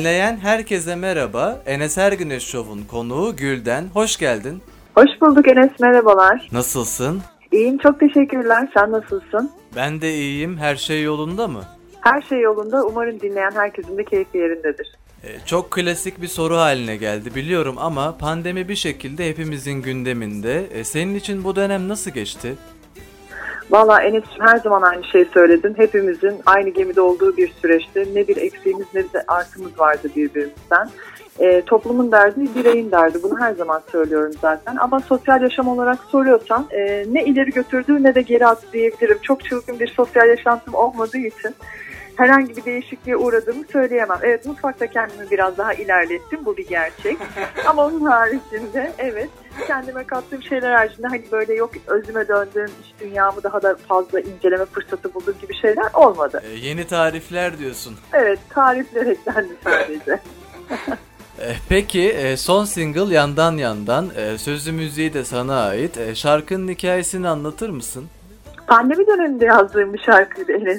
Dinleyen herkese merhaba. Enes Ergüneş Show'un konuğu Gülden. Hoş geldin. Hoş bulduk Enes, merhabalar. Nasılsın? İyiyim, çok teşekkürler. Sen nasılsın? Ben de iyiyim. Her şey yolunda mı? Her şey yolunda. Umarım dinleyen herkesin de keyfi yerindedir. Çok klasik bir soru haline geldi biliyorum ama pandemi bir şekilde hepimizin gündeminde. Senin için bu dönem nasıl geçti? Valla Enes'ciğim her zaman aynı şeyi söyledin. Hepimizin aynı gemide olduğu bir süreçte ne bir eksiğimiz ne de artımız vardı birbirimizden. Toplumun derdi, bireyin derdi. Bunu her zaman söylüyorum zaten. Ama sosyal yaşam olarak soruyorsan ne ileri götürdü ne de geri attı diyebilirim. Çok çılgın bir sosyal yaşantım olmadığı için herhangi bir değişikliğe uğradığımı söyleyemem. Evet, mutfakta kendimi biraz daha ilerlettim. Bu bir gerçek. Ama onun haricinde evet, kendime kattığım şeyler haricinde hani böyle yok özüme döndüğüm, iş dünyamı daha da fazla inceleme fırsatı bulduğum gibi şeyler olmadı. Yeni tarifler diyorsun. Evet, tarifler eklendi sadece. Peki son single Yandan Yandan, sözü müziği de sana ait. Şarkının hikayesini anlatır mısın? Pandemi döneminde yazdığım bir şarkıydı Enes.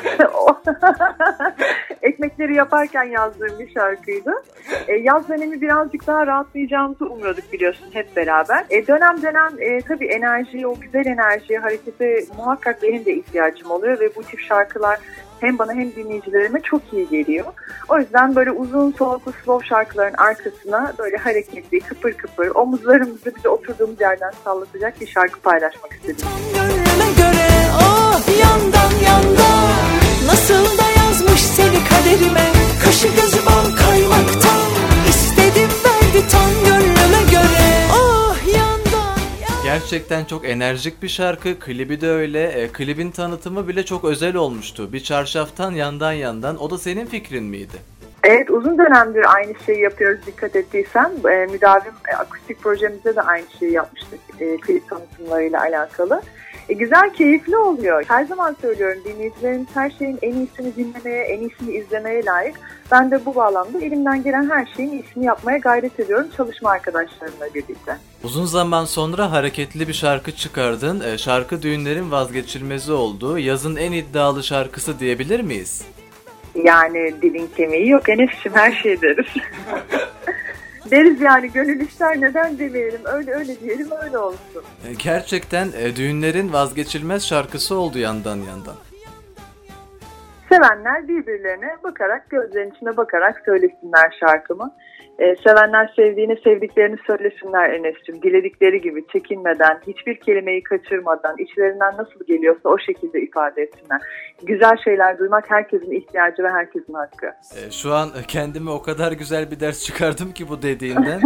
Ekmekleri yaparken yazdığım bir şarkıydı. Yaz dönemi birazcık daha rahatlayacağımızı umuyorduk biliyorsun hep beraber. Dönem tabii enerjiye, o güzel enerjiye, harekete muhakkak benim de ihtiyacım oluyor ve bu tip şarkılar hem bana hem dinleyicilerime çok iyi geliyor. O yüzden böyle uzun soluklu slow şarkıların arkasına böyle hareketli, kıpır kıpır, omuzlarımızı bize oturduğumuz yerden sallatacak bir şarkı paylaşmak istedim. Gönlüme göre yandan yandan, nasıl da yazmış seni kaderime, kaşı gözü bal kaymaktan, istedim verdi tam gönlüme göre yandan. Gerçekten çok enerjik bir şarkı, klibi de öyle. Klibin tanıtımı bile çok özel olmuştu. Bir çarşaftan yandan yandan, o da senin fikrin miydi? Evet, uzun dönemdir aynı şeyi yapıyoruz dikkat ettiysen. Müdavim akustik projemizde de aynı şeyi yapmıştık klip tanıtımlarıyla alakalı. Güzel, keyifli oluyor. Her zaman söylüyorum, dinleyicilerimiz her şeyin en iyisini dinlemeye, en iyisini izlemeye layık. Ben de bu bağlamda elimden gelen her şeyin iyisini yapmaya gayret ediyorum çalışma arkadaşlarımla birlikte. Uzun zaman sonra hareketli bir şarkı çıkardın. Şarkı düğünlerin vazgeçilmezi oldu. Yazın en iddialı şarkısı diyebilir miyiz? Yani dilin kemiği yok Enes'ciğim, her şey deriz. Deriz yani, gönül ister, neden demeyelim, öyle diyelim, öyle olsun. Gerçekten düğünlerin vazgeçilmez şarkısı oldu Yandan Yandan. Sevenler birbirlerine bakarak, gözlerinin içine bakarak söylesinler şarkımı. Sevenler sevdiğine sevdiklerini söylesinler Enes'ciğim. Diledikleri gibi, çekinmeden, hiçbir kelimeyi kaçırmadan, içlerinden nasıl geliyorsa o şekilde ifade etsinler. Güzel şeyler duymak herkesin ihtiyacı ve herkesin hakkı. Şu an kendime o kadar güzel bir ders çıkardım ki bu dediğinden.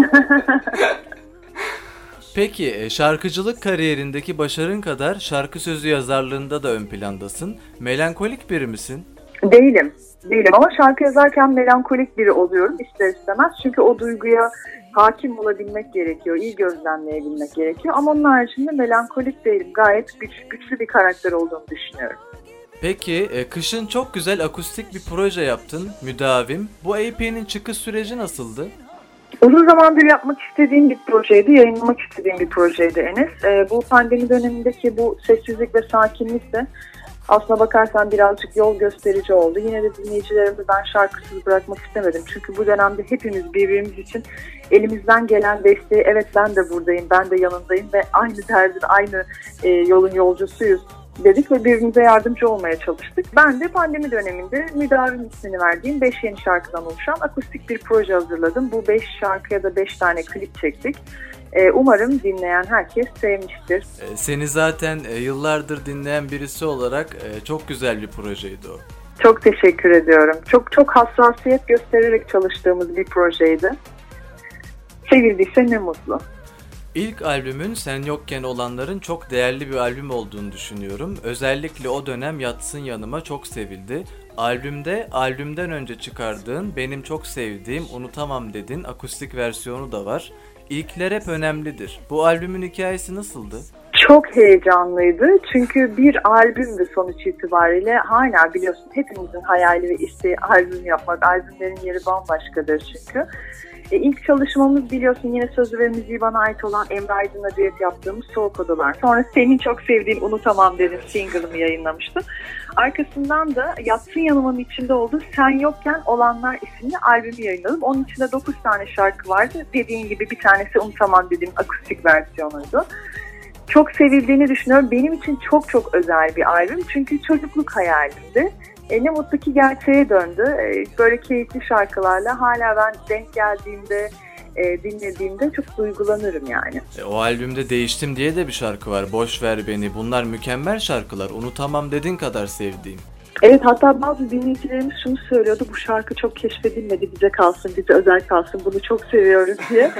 Peki şarkıcılık kariyerindeki başarın kadar şarkı sözü yazarlığında da ön plandasın. Melankolik biri misin? Değilim ama şarkı yazarken melankolik biri oluyorum ister istemez. Çünkü o duyguya hakim olabilmek gerekiyor, iyi gözlemleyebilmek gerekiyor. Ama onun haricinde melankolik değilim. Gayet güçlü bir karakter olduğunu düşünüyorum. Peki kışın çok güzel akustik bir proje yaptın, Müdavim. Bu EP'nin çıkış süreci nasıldı? Uzun zamandır yapmak istediğim bir projeydi, yayınlamak istediğim bir projeydi Enes. Bu pandemi dönemindeki bu sessizlik ve sakinlik de aslına bakarsan birazcık yol gösterici oldu. Yine de dinleyicilerimi ben şarkısız bırakmak istemedim. Çünkü bu dönemde hepimiz birbirimiz için elimizden gelen desteği, evet ben de buradayım, ben de yanındayım ve aynı derdin, aynı yolun yolcusuyuz dedik ve birbirimize yardımcı olmaya çalıştık. Ben de pandemi döneminde Müdavim ismini verdiğim 5 yeni şarkıdan oluşan akustik bir proje hazırladım. Bu 5 şarkıya da 5 tane klip çektik. Umarım dinleyen herkes sevmiştir. Seni zaten yıllardır dinleyen birisi olarak çok güzel bir projeydi o. Çok teşekkür ediyorum. Çok hassasiyet göstererek çalıştığımız bir projeydi. Sevildiyse ne mutlu. İlk albümün Sen Yokken Olanların çok değerli bir albüm olduğunu düşünüyorum. Özellikle o dönem Yatsın Yanıma çok sevildi. Albümden önce çıkardığın Benim Çok Sevdiğim Unutamam Dedin akustik versiyonu da var. İlkler hep önemlidir. Bu albümün hikayesi nasıldı? Çok heyecanlıydı çünkü bir albümdü sonuç itibariyle. Hala biliyorsun hepimizin hayali ve isteği albüm yapmak. Albümlerin yeri bambaşkadır çünkü. İlk çalışmamız biliyorsun yine sözü ve müziği bana ait olan Emre Aydın'la düet yaptığımız Soğuk Odalar. Sonra senin çok sevdiğin Unutamam dedim single'ımı yayınlamıştım. Arkasından da Yatsın Yanıma'nın içinde olduğu Sen Yokken Olanlar isimli albümü yayınladım. Onun içinde 9 tane şarkı vardı. Dediğin gibi bir tanesi Unutamam dediğim akustik versiyonuydu. Çok sevildiğini düşünüyorum. Benim için çok çok özel bir albüm. Çünkü çocukluk hayalimdi. Ne mutlu ki gerçeğe döndü. Böyle keyifli şarkılarla hala ben denk geldiğimde, dinlediğimde çok duygulanırım yani. O albümde Değiştim diye de bir şarkı var. Boş Ver Beni. Bunlar mükemmel şarkılar. Unutamam dediğin kadar sevdiğim. Evet, hatta bazı dinleyicilerimiz şunu söylüyordu. Bu şarkı çok keşfedilmedi. Bize kalsın, bize özel kalsın. Bunu çok seviyoruz diye.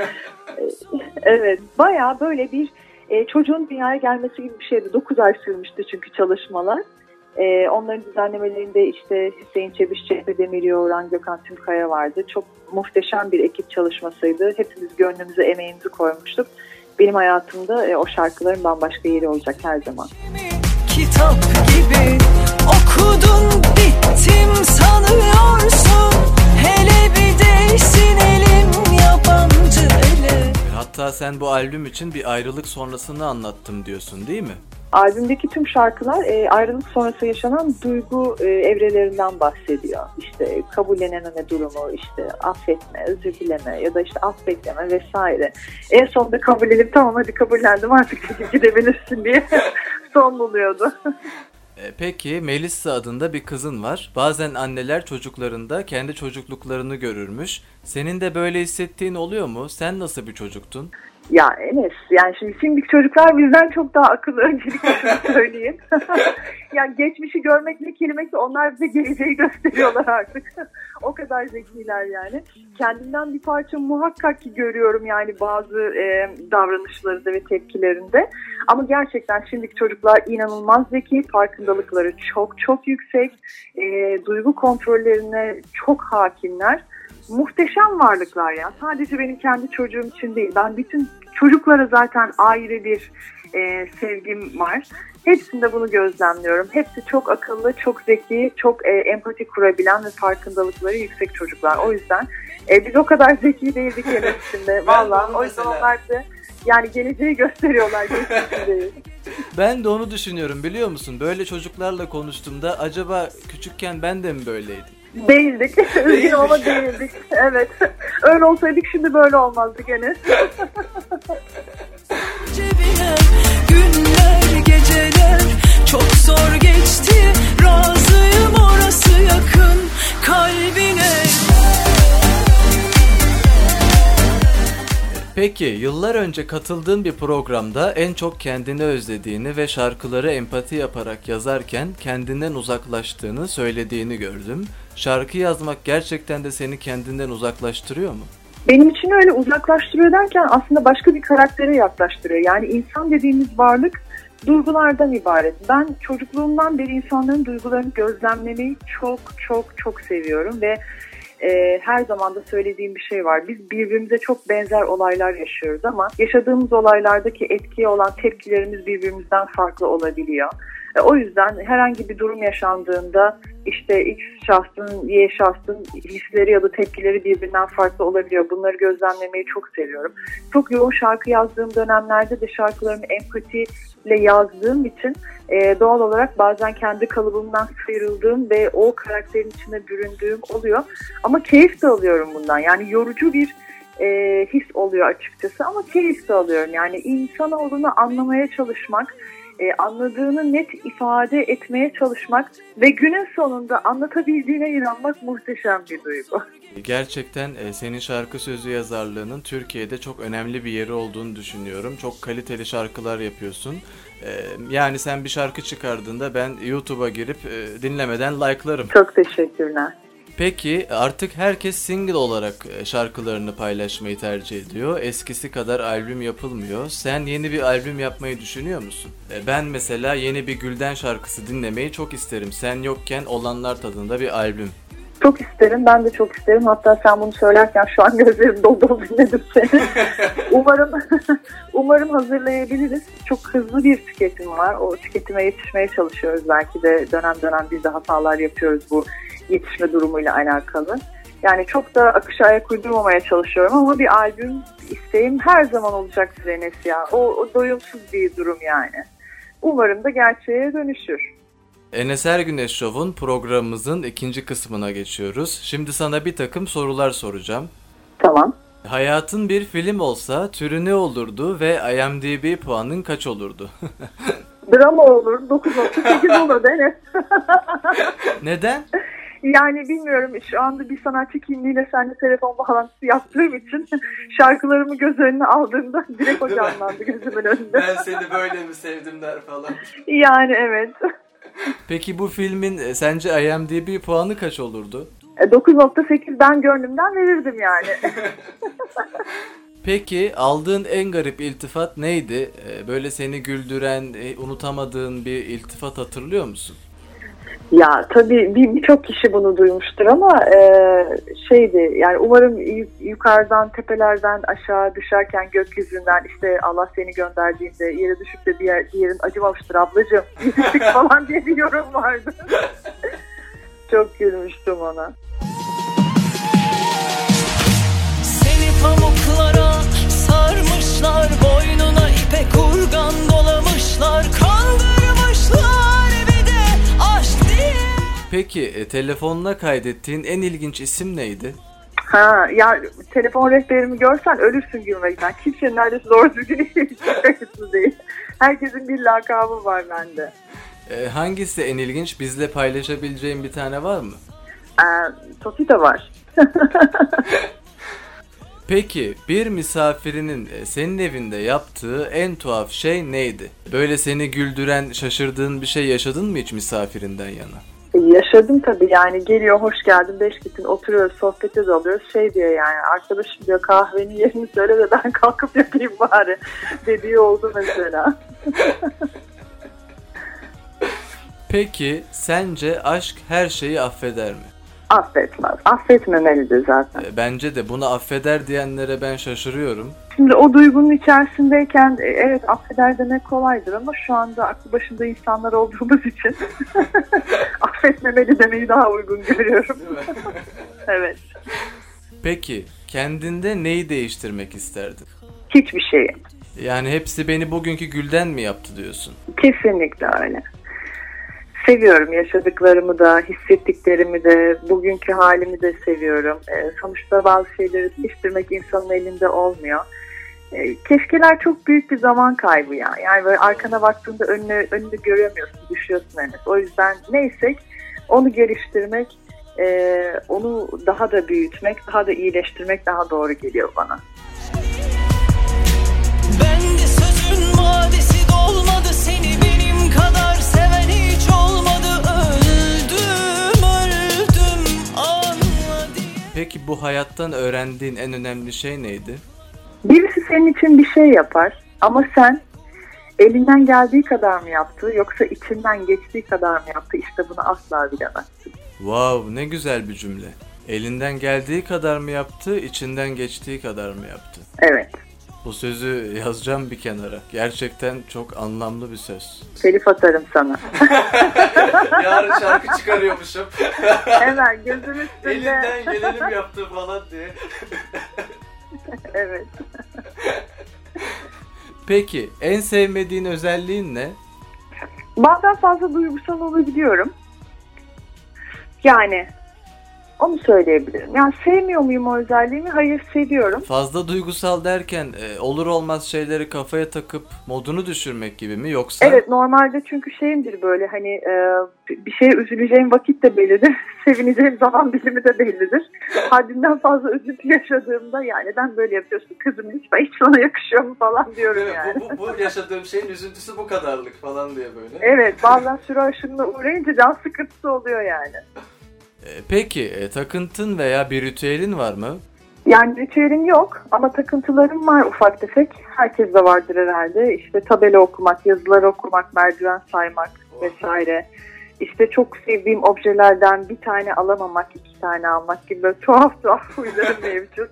Evet, bayağı böyle bir çocuğun dünyaya gelmesi gibi bir şeydi. 9 ay sürmüştü çünkü çalışmalar. Onların düzenlemelerinde işte Hüseyin Çebiş, Cehbe Demiri, Orhan Gökhan Tümkaya vardı. Çok muhteşem bir ekip çalışmasıydı. Hepimiz gönlümüze, emeğimizi koymuştuk. Benim hayatımda o şarkıların bambaşka yeri olacak her zaman. Kitap gibi okudun bittim sanıyorsun. Hele bir değsin elim yabancı ele. Hatta sen bu albüm için bir ayrılık sonrasını anlattım diyorsun değil mi? Albümdeki tüm şarkılar ayrılık sonrası yaşanan duygu evrelerinden bahsediyor. İşte kabullenememe durumu, işte affetme, özür dileme ya da işte affetleme vesaire. En sonunda kabullenip tamam hadi kabullendim artık çekip gidebilirsin diye son buluyordu. Peki Melissa adında bir kızın var. Bazen anneler çocuklarında kendi çocukluklarını görürmüş. Senin de böyle hissettiğin oluyor mu? Sen nasıl bir çocuktun? Ya Enes, yani şimdiki çocuklar bizden çok daha akıllı, öncelikle şunu söyleyeyim. Yani geçmişi görmek ne kelimesi, onlar bize geleceği gösteriyorlar artık. O kadar zekiler yani. Kendimden bir parça muhakkak ki görüyorum yani bazı davranışlarında ve tepkilerinde. Ama gerçekten şimdiki çocuklar inanılmaz zeki, farkındalıkları çok çok yüksek, duygu kontrollerine çok hakimler. Muhteşem varlıklar ya. Sadece benim kendi çocuğum için değil. Ben bütün çocuklara zaten ayrı bir sevgim var. Hepsinde bunu gözlemliyorum. Hepsi çok akıllı, çok zeki, çok empati kurabilen ve farkındalıkları yüksek çocuklar. O yüzden biz o kadar zeki değildik Enes'inde. Vallahi o yüzden onlar da yani geleceği gösteriyorlar. Ben de onu düşünüyorum biliyor musun? Böyle çocuklarla konuştuğumda acaba küçükken ben de mi böyleydim? Değildik. Üzgün ama değildik. Evet. Öyle olsaydık şimdi böyle olmazdık Enes. Cebine günler geceler çok zor geçti. Razıyım orası yakın kalbine. Peki yıllar önce katıldığın bir programda en çok kendini özlediğini ve şarkıları empati yaparak yazarken kendinden uzaklaştığını söylediğini gördüm. Şarkı yazmak gerçekten de seni kendinden uzaklaştırıyor mu? Benim için öyle, uzaklaştırıyor derken aslında başka bir karaktere yaklaştırıyor. Yani insan dediğimiz varlık duygulardan ibaret. Ben çocukluğumdan beri insanların duygularını gözlemlemeyi çok çok çok seviyorum ve her zaman da söylediğim bir şey var. Biz birbirimize çok benzer olaylar yaşıyoruz ama yaşadığımız olaylardaki etkiye olan tepkilerimiz birbirimizden farklı olabiliyor. O yüzden herhangi bir durum yaşandığında işte X şahsın, Y şahsın hisleri ya da tepkileri birbirinden farklı olabiliyor. Bunları gözlemlemeyi çok seviyorum. Çok yoğun şarkı yazdığım dönemlerde de şarkılarımı empatiyle yazdığım için doğal olarak bazen kendi kalıbımdan sıyrıldığım ve o karakterin içine büründüğüm oluyor. Ama keyif de alıyorum bundan. Yani yorucu bir his oluyor açıkçası ama keyif de alıyorum. Yani insanoğlunu anlamaya çalışmak, anladığını net ifade etmeye çalışmak ve günün sonunda anlatabildiğine inanmak muhteşem bir duygu. Gerçekten senin şarkı sözü yazarlığının Türkiye'de çok önemli bir yeri olduğunu düşünüyorum. Çok kaliteli şarkılar yapıyorsun. Yani sen bir şarkı çıkardığında ben YouTube'a girip dinlemeden like'larım. Çok teşekkürler. Peki artık herkes single olarak şarkılarını paylaşmayı tercih ediyor. Eskisi kadar albüm yapılmıyor. Sen yeni bir albüm yapmayı düşünüyor musun? Ben mesela yeni bir Gülden şarkısı dinlemeyi çok isterim. Sen Yokken Olanlar tadında bir albüm. Çok isterim, ben de çok isterim. Hatta sen bunu söylerken şu an gözlerim dolu dolu dinledim seni. Umarım hazırlayabiliriz. Çok hızlı bir tüketim var. O tüketime yetişmeye çalışıyoruz. Belki de dönem dönem biz de hatalar yapıyoruz bu yetişme durumuyla alakalı. Yani çok da akışa ayak uydurmamaya çalışıyorum ama bir albüm isteğim her zaman olacaktır Enes ya. O doyumsuz bir durum yani. Umarım da gerçeğe dönüşür. Enes Ergüneş Show'un programımızın ikinci kısmına geçiyoruz. Şimdi sana bir takım sorular soracağım. Tamam. Hayatın bir film olsa türü ne olurdu ve IMDb puanın kaç olurdu? Drama olur, 9.8 olur Enes. Neden? Yani bilmiyorum, şu anda bir sanatçı kimliğiyle seninle telefon bağlantısı yaptığım için şarkılarımı göz önüne aldığımda direkt o canlandı gözümün önünde. Ben seni böyle mi sevdim der falan. Yani evet. Peki bu filmin sence IMDb puanı kaç olurdu? 9.8 ben gönlümden verirdim yani. Peki aldığın en garip iltifat neydi? Böyle seni güldüren, unutamadığın bir iltifat hatırlıyor musun? Ya tabii birçok kişi bunu duymuştur ama şeydi yani, umarım yukarıdan, tepelerden aşağı düşerken gökyüzünden işte Allah seni gönderdiğinde yere düşüp de bir yerin acımamıştır ablacığım falan diye bir yorum vardı. Çok gülmüştüm ona. Seni pamuklara sarmışlar, boynuna ipek urgan dolamışlar, kandırmışlar bir de aşk diye. Peki telefonuna kaydettiğin en ilginç isim neydi? Ha ya, telefon rehberimi görsen ölürsün gülmekten. Kimsenin neredeyse doğru düzgün şakası değil. Herkesin bir lakabı var bende. Hangisi en ilginç? Bizle paylaşabileceğin bir tane var mı? Tofita var. Peki bir misafirinin senin evinde yaptığı en tuhaf şey neydi? Böyle seni güldüren, şaşırdığın bir şey yaşadın mı hiç misafirinden yana? Yaşadım tabii, yani geliyor, hoş geldin, 5 gitin, oturuyoruz, sohbete dalıyoruz, şey diyor yani, arkadaşım diyor kahvenin yerini söyle de ben kalkıp yapayım bari dediği oldu mesela. Peki sence aşk her şeyi affeder mi? Affetmez, affetmemelidir zaten. Bence de bunu affeder diyenlere ben şaşırıyorum. Şimdi o duygunun içerisindeyken evet affeder demek kolaydır ama şu anda aklı başında insanlar olduğumuz için affetmemeli demeyi daha uygun görüyorum. Evet. Peki kendinde neyi değiştirmek isterdin? Hiçbir şeyi. Yani hepsi beni bugünkü Gülden mi yaptı diyorsun? Kesinlikle öyle. Seviyorum yaşadıklarımı da, hissettiklerimi de, bugünkü halimi de seviyorum. Sonuçta bazı şeyleri değiştirmek insanın elinde olmuyor. Keşkeler çok büyük bir zaman kaybı ya. Yani böyle arkana baktığında önünü göremiyorsun, düşüyorsun henüz. O yüzden neysek onu geliştirmek, onu daha da büyütmek, daha da iyileştirmek daha doğru geliyor bana. Ben de sözün vadesi dolmadı, seni benim kadar seven hiç olmadı. Öldüm anladım. Peki bu hayattan öğrendiğin en önemli şey neydi? Birisi senin için bir şey yapar ama sen elinden geldiği kadar mı yaptı yoksa içinden geçtiği kadar mı yaptı, işte bunu asla bilemezsin. Wow, ne güzel bir cümle. Elinden geldiği kadar mı yaptı, içinden geçtiği kadar mı yaptı? Evet. Bu sözü yazacağım bir kenara. Gerçekten çok anlamlı bir söz. Telif atarım sana. Yarın şarkı çıkarıyormuşum. Hemen gözüm üstünde. Elinden gelenim yaptı falan diye. Evet. Peki en sevmediğin özelliğin ne? Bazen fazla duygusal olabiliyorum. Yani onu söyleyebilirim. Yani sevmiyor muyum o özelliğimi? Hayır, seviyorum. Fazla duygusal derken olur olmaz şeyleri kafaya takıp modunu düşürmek gibi mi yoksa? Evet, normalde çünkü şeyimdir böyle hani bir şeye üzüleceğim vakit de bellidir. Sevineceğim zaman dilimi de bellidir. Haddinden fazla üzüntü yaşadığımda yani neden böyle yapıyorsun kızım, lütfen hiç sana yakışıyor mu falan diyorum yani. bu yaşadığım şeyin üzüntüsü bu kadarlık falan diye böyle. Evet, bazen süre aşımına uğrayınca can sıkıntısı oluyor yani. Peki takıntın veya bir ritüelin var mı? Yani ritüelim yok ama takıntılarım var ufak tefek. Herkes de vardır herhalde. İşte tabela okumak, yazıları okumak, merdiven saymak vesaire. işte çok sevdiğim objelerden bir tane alamamak, 2 tane almak gibi böyle tuhaf huylarım mevcut.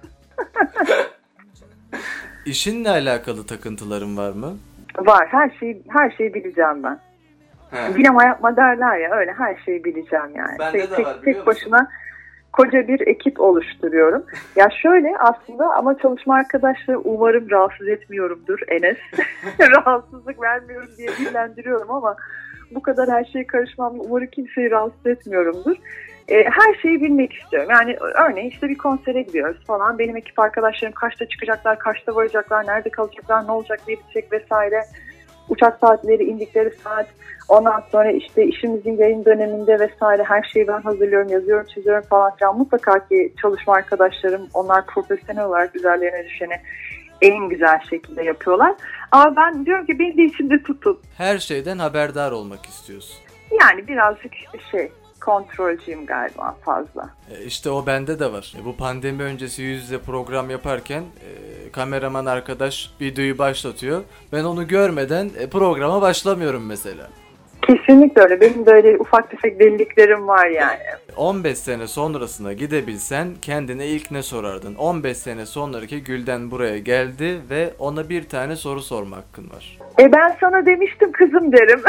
İşinle alakalı takıntıların var mı? Var, her şeyi bileceğim ben. Bilema yapma derler ya, öyle her şeyi bileceğim yani. Bende de var, tek başına koca bir ekip oluşturuyorum. Ya şöyle aslında, ama çalışma arkadaşları umarım rahatsız etmiyorumdur Enes. Rahatsızlık vermiyorum diye dillendiriyorum ama bu kadar her şeye karışmam, umarım kimseyi rahatsız etmiyorumdur. Her şeyi bilmek istiyorum. Yani örneğin işte bir konsere gidiyoruz falan. Benim ekip arkadaşlarım kaçta çıkacaklar, kaçta varacaklar, nerede kalacaklar, ne olacak, ne bitecek vesaire. Uçak saatleri, indikleri saat. Ondan sonra işte işimizin yayın döneminde vesaire her şeyi ben hazırlıyorum, yazıyorum, çiziyorum falan filan. Mutlaka ki çalışma arkadaşlarım, onlar profesyonel olarak üzerlerine düşeni en güzel şekilde yapıyorlar. Ama ben diyorum ki beni de içinde tutun. Her şeyden haberdar olmak istiyorsun. Yani birazcık işte kontrolcüyüm galiba fazla. İşte o bende de var. Bu pandemi öncesi yüz yüze program yaparken kameraman arkadaş videoyu başlatıyor. Ben onu görmeden programa başlamıyorum mesela. Kesinlikle öyle. Benim böyle ufak tefek deliliklerim var yani. 15 sene sonrasına gidebilsen kendine ilk ne sorardın? 15 sene sonraki Gülden buraya geldi ve ona bir tane soru sorma hakkın var. Ben sana demiştim kızım derim.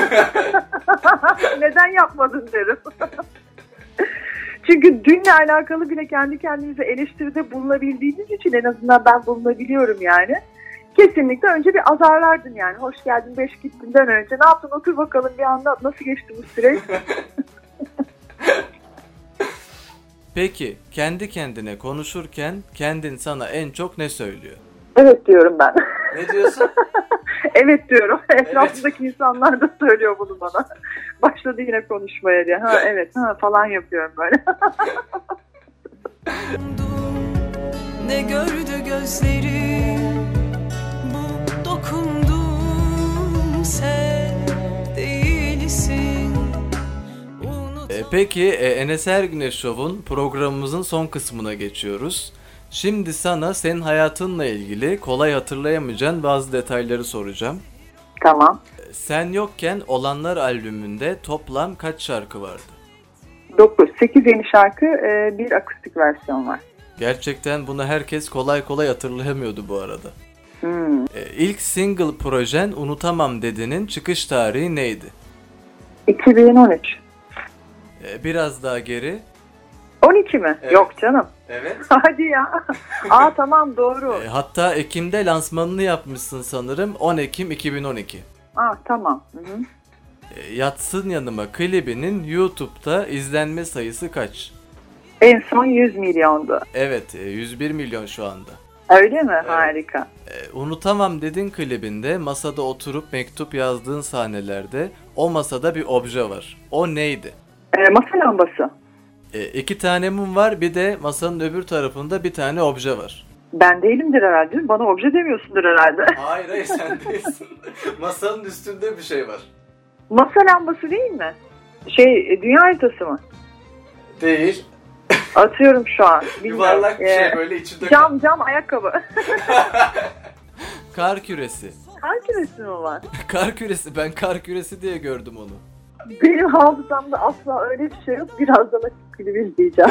Neden yapmadın derim. Çünkü dünle alakalı bile kendi kendimize eleştiride bulunabildiğimiz için en azından ben bulunabiliyorum yani. Kesinlikle önce bir azarlardın yani. Hoş geldin 5 gittiğinden önce. Ne yaptın, otur bakalım bir anlat. Nasıl geçti bu süreç? Peki kendi kendine konuşurken kendin sana en çok ne söylüyor? Evet diyorum ben. Ne diyorsun? Evet diyorum. Etrafındaki insanlar da söylüyor bunu bana. Başladı yine konuşmaya diye. Ha evet ha falan yapıyorum böyle. Ne gördü gözlerim, bu dokundum, sen değilsin. Peki Enes Ergüneş Show'un programımızın son kısmına geçiyoruz. Şimdi sana senin hayatınla ilgili kolay hatırlayamayacağın bazı detayları soracağım. Tamam. Sen yokken Olanlar albümünde toplam kaç şarkı vardı? 9, 8 yeni şarkı, bir akustik versiyon var. Gerçekten bunu herkes kolay kolay hatırlayamıyordu bu arada. İlk single projen Unutamam Dedi'nin çıkış tarihi neydi? 2013. Biraz daha geri. 12 mi? Evet. Yok canım. Evet. Hadi ya. Tamam doğru. Hatta Ekim'de lansmanını yapmışsın sanırım. 10 Ekim 2012. Tamam. Hı-hı. Yatsın Yanıma klibinin YouTube'da izlenme sayısı kaç? En son 100 milyondu. Evet, 101 milyon şu anda. Öyle mi? Evet. Harika. Unutamam Dedin klibinde masada oturup mektup yazdığın sahnelerde o masada bir obje var. O neydi? Masa lambası. 2 tane mum var, bir de masanın öbür tarafında bir tane obje var. Ben değilimdir herhalde. Bana obje demiyorsundur herhalde. Hayır sen değilsin. Masanın üstünde bir şey var. Masa lambası değil mi? Dünya haritası mı? Değil. Atıyorum şu an. Yuvarlak bir şey böyle içinde. Cam ayakkabı. Kar küresi. Kar küresi mi var? Kar küresi. Ben kar küresi diye gördüm onu. Benim hafızamda asla öyle bir şey yok. Birazdan açıp klibi izleyeceğim.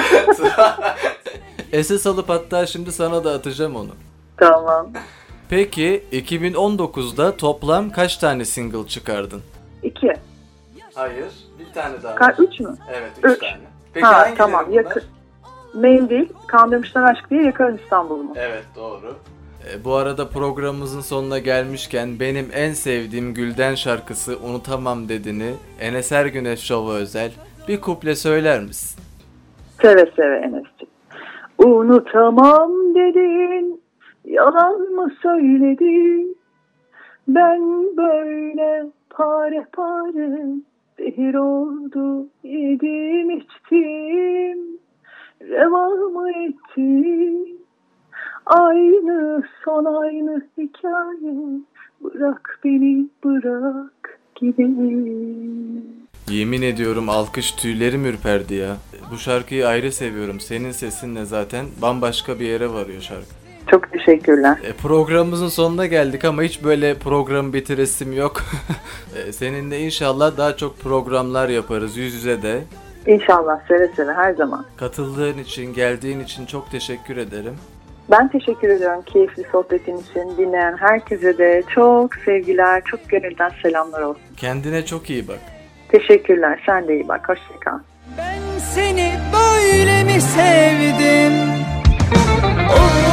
SS alıp hatta şimdi sana da atacağım onu. Tamam. Peki 2019'da toplam kaç tane single çıkardın? 2. Hayır. Bir tane daha var. 3 mü? Evet 3 Üç. tane. Peki hangileri tamam. bunlar? Mail değil. Kandırmışlar aşk diye Yakarım İstanbul mu? Evet doğru. Bu arada programımızın sonuna gelmişken benim en sevdiğim Gülden şarkısı Unutamam Dedi'ni Enes Ergüneş Show'a özel bir kuple söyler misin? Seve seve Enes'ciğim. Unutamam dedin, yalan mı söyledin? Ben böyle pare pare zehir oldu, yedim içtim, reva mı ettim? Aynı son aynı hikaye, bırak beni bırak gideyim. Yemin ediyorum alkış tüylerim ürperdi ya. Bu şarkıyı ayrı seviyorum. Senin sesinle zaten bambaşka bir yere varıyor şarkı. Çok teşekkürler. Programımızın sonuna geldik ama hiç böyle program bitiresim yok. Seninle inşallah daha çok programlar yaparız yüz yüze de. İnşallah, seve seve, her zaman. Katıldığın için, geldiğin için çok teşekkür ederim. Ben teşekkür ediyorum keyifli sohbetin için. Dinleyen herkese de çok sevgiler, çok gönülden selamlar olsun. Kendine çok iyi bak. Teşekkürler, sen de iyi bak. Hoşça kal. Ben seni böyle mi sevdim? Oh